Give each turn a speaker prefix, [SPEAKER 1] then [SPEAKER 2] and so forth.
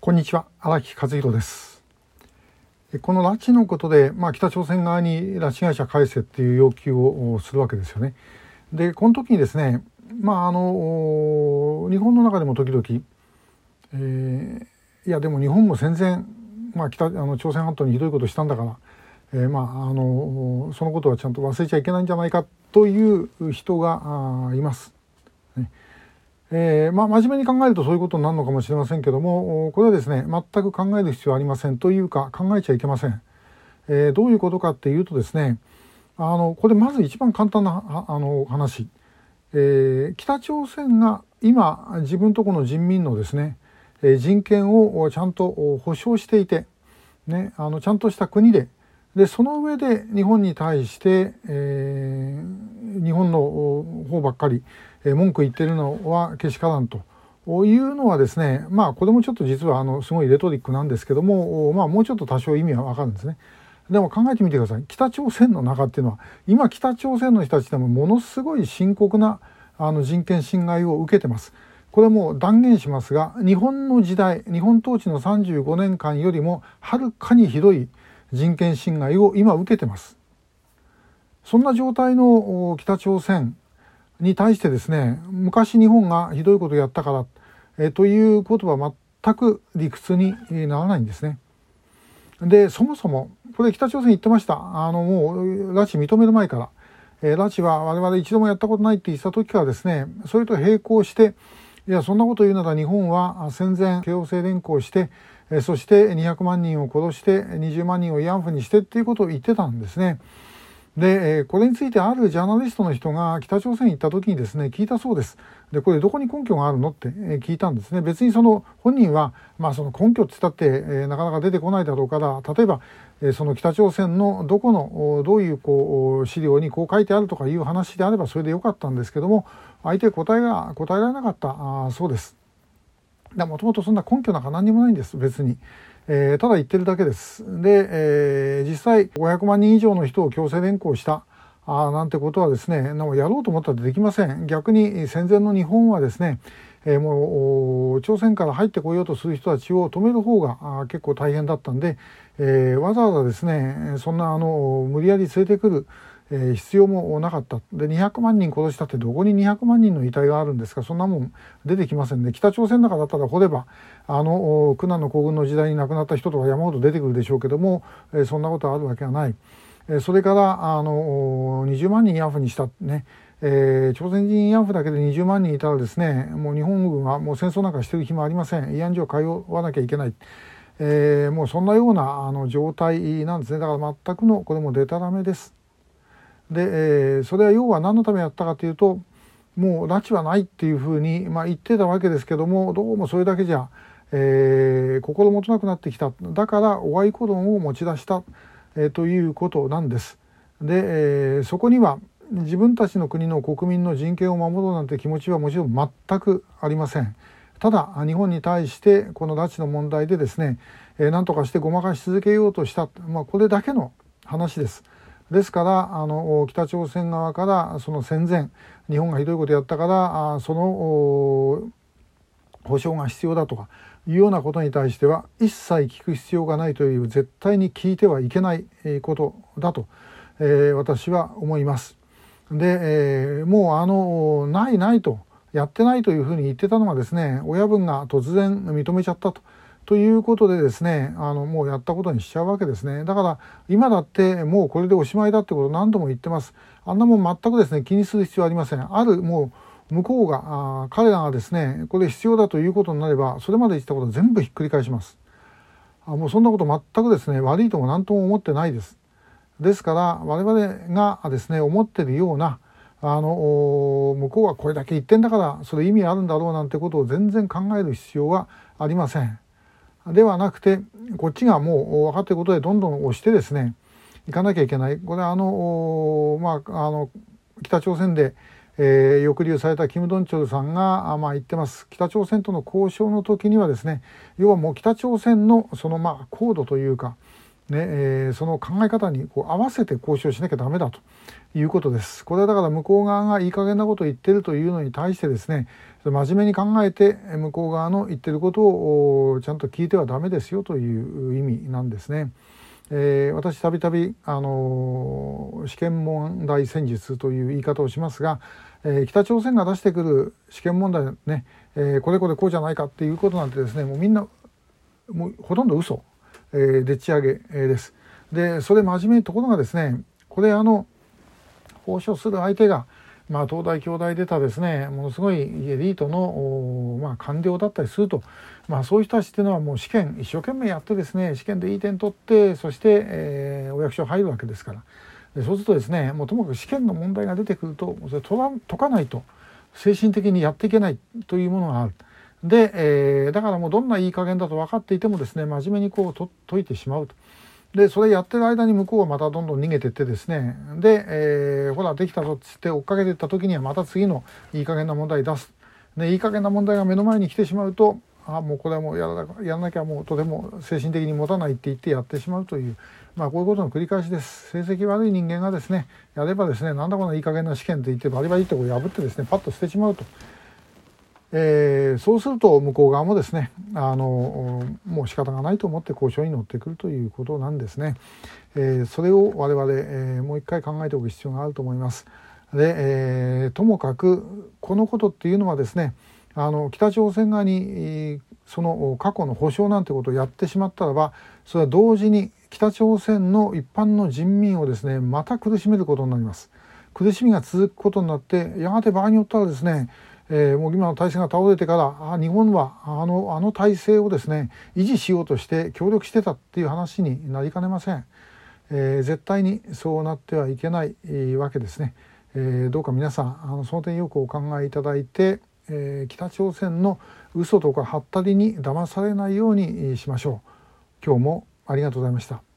[SPEAKER 1] こんにちは、荒木和弘です。この拉致のことで、北朝鮮側に拉致被害者返せっていう要求をするわけですよね。で、この時にですね、日本の中でも時々、いやでも日本も戦前、朝鮮半島にひどいことしたんだから、そのことはちゃんと忘れちゃいけないんじゃないかという人がいます。真面目に考えるとそういうことになるのかもしれませんけども、これはですね、全く考える必要はありませんというか、考えちゃいけません。どういうことかっていうとですね、これまず一番簡単な話、北朝鮮が今自分とこの人民のですね、人権をちゃんと保障していて、ね、ちゃんとした国で、その上で日本に対して、日本の方ばっかり文句言ってるのはけしからんというのはですね、これもちょっと実はすごいレトリックなんですけども、もうちょっと多少意味はわかるんですね。でも考えてみてください。北朝鮮の中っていうのは今北朝鮮の人たちでもものすごい深刻な人権侵害を受けてます。これはもう断言しますが、日本の時代、日本統治の35年間よりもはるかにひどい人権侵害を今受けてます。そんな状態の北朝鮮に対してですね、昔日本がひどいことをやったから、ということは全く理屈にならないんですね。で、そもそもこれ北朝鮮言ってました。もう拉致認める前から、拉致は我々一度もやったことないって言ってた時からですね、それと並行して、いやそんなこと言うなら日本は戦前京王線連行して、そして200万人を殺して20万人を慰安婦にしてっていうことを言ってたんですね。で、これについてあるジャーナリストの人が北朝鮮に行った時にですね、聞いたそうです。で、これどこに根拠があるのって聞いたんですね。別にその本人は、その根拠って言ったって、なかなか出てこないだろうから、例えば、その北朝鮮のどういう資料にこう書いてあるとかいう話であればそれでよかったんですけども、相手答えられなかったそうです。もともとそんな根拠なんか何にもないんです、別に。ただ言ってるだけです。で、実際500万人以上の人を強制連行したなんてことはですね、やろうと思ったらできません。逆に戦前の日本はですね、もう朝鮮から入ってこようとする人たちを止める方が結構大変だったんで、わざわざですね、そんな無理やり連れてくる必要もなかった。で、200万人殺したってどこに200万人の遺体があるんですか。そんなもん出てきませんね。北朝鮮の中だったら掘れば苦難の行軍の時代に亡くなった人とか山ほど出てくるでしょうけども、そんなことあるわけはない。それから20万人慰安婦にしたね、朝鮮人慰安婦だけで20万人いたらですね、もう日本軍はもう戦争なんかしてる暇ありません。慰安所を通わなきゃいけない。もうそんなような状態なんですね。だから全くのこれもデタラメです。で、それは要は何のためやったかというと、もう拉致はないっていうふうに、言ってたわけですけども、どうもそれだけじゃ、心もとなくなってきた。だからお愛子論を持ち出した、ということなんです。で、そこには自分たちの国の国民の人権を守ろうなんて気持ちはもちろん全くありません。ただ日本に対してこの拉致の問題でですね、何とかしてごまかし続けようとした、これだけの話です。ですから北朝鮮側からその戦前日本がひどいことやったからその保障が必要だとかいうようなことに対しては一切聞く必要がないという絶対に聞いてはいけないことだと、私は思います。で、もうないとやってないというふうに言ってたのがですね、親分が突然認めちゃったということでですね、もうやったことにしちゃうわけですね。だから今だってもうこれでおしまいだってことを何度も言ってます。あんなもん全くですね気にする必要はありません。もう向こうが彼らがですねこれ必要だということになればそれまで言ってたことを全部ひっくり返します。もうそんなこと全くですね悪いとも何とも思ってないです。ですから我々がですね思ってるような向こうはこれだけ言ってんだからそれ意味あるんだろうなんてことを全然考える必要はありません。ではなくてこっちがもう分かっていることでどんどん押してですねいかなきゃいけない。これは北朝鮮で、抑留されたキム・ドンチョルさんが言ってます。北朝鮮との交渉の時にはですね、要はもう北朝鮮のその高度というかね、その考え方に合わせて交渉しなきゃダメだということです。これはだから向こう側がいい加減なことを言ってるというのに対してですね、 それ真面目に考えて向こう側の言ってることをちゃんと聞いてはダメですよという意味なんですね。私たびたび試験問題戦術という言い方をしますが、北朝鮮が出してくる試験問題ね、これこれこうじゃないかっていうことなんてですね、もうみんなもうほとんど嘘、でっち上げです。でそれ真面目に、ところがですね、これ交渉する相手が、東大京大出たですね、ものすごいエリートの官僚だったりすると、そういう人たちっていうのはもう試験一生懸命やってですね、試験でいい点取って、そして、お役所入るわけですから。でそうするとですね、もうともかく試験の問題が出てくると、それ解かないと精神的にやっていけないというものがある。で、だからもうどんないい加減だと分かっていてもですね、真面目に解いてしまうと。でそれやってる間に向こうはまたどんどん逃げていってですね、で、ほらできたぞっつって追っかけていった時にはまた次のいい加減な問題出す。でいい加減な問題が目の前に来てしまうと、もうこれはもうやらなきゃもうとても精神的に持たないって言ってやってしまうという、こういうことの繰り返しです。成績悪い人間がですね、やればですね、なんだこのいい加減な試験と言ってバリバリってこう破ってですね、パッと捨てしまうと。そうすると向こう側もですね、もう仕方がないと思って交渉に乗ってくるということなんですね。それを我々、もう一回考えておく必要があると思います。で、ともかくこのことっていうのはですね、北朝鮮側にその過去の保証なんてことをやってしまったらば、それは同時に北朝鮮の一般の人民をですね、また苦しめることになります。苦しみが続くことになって、やがて場合によったらですね、もう今の体制が倒れてから日本はあの体制をですね維持しようとして協力してたっていう話になりかねません。絶対にそうなってはいけないわけですね。どうか皆さんその点よくお考えいただいて、北朝鮮の嘘とかはったりに騙されないようにしましょう。今日もありがとうございました。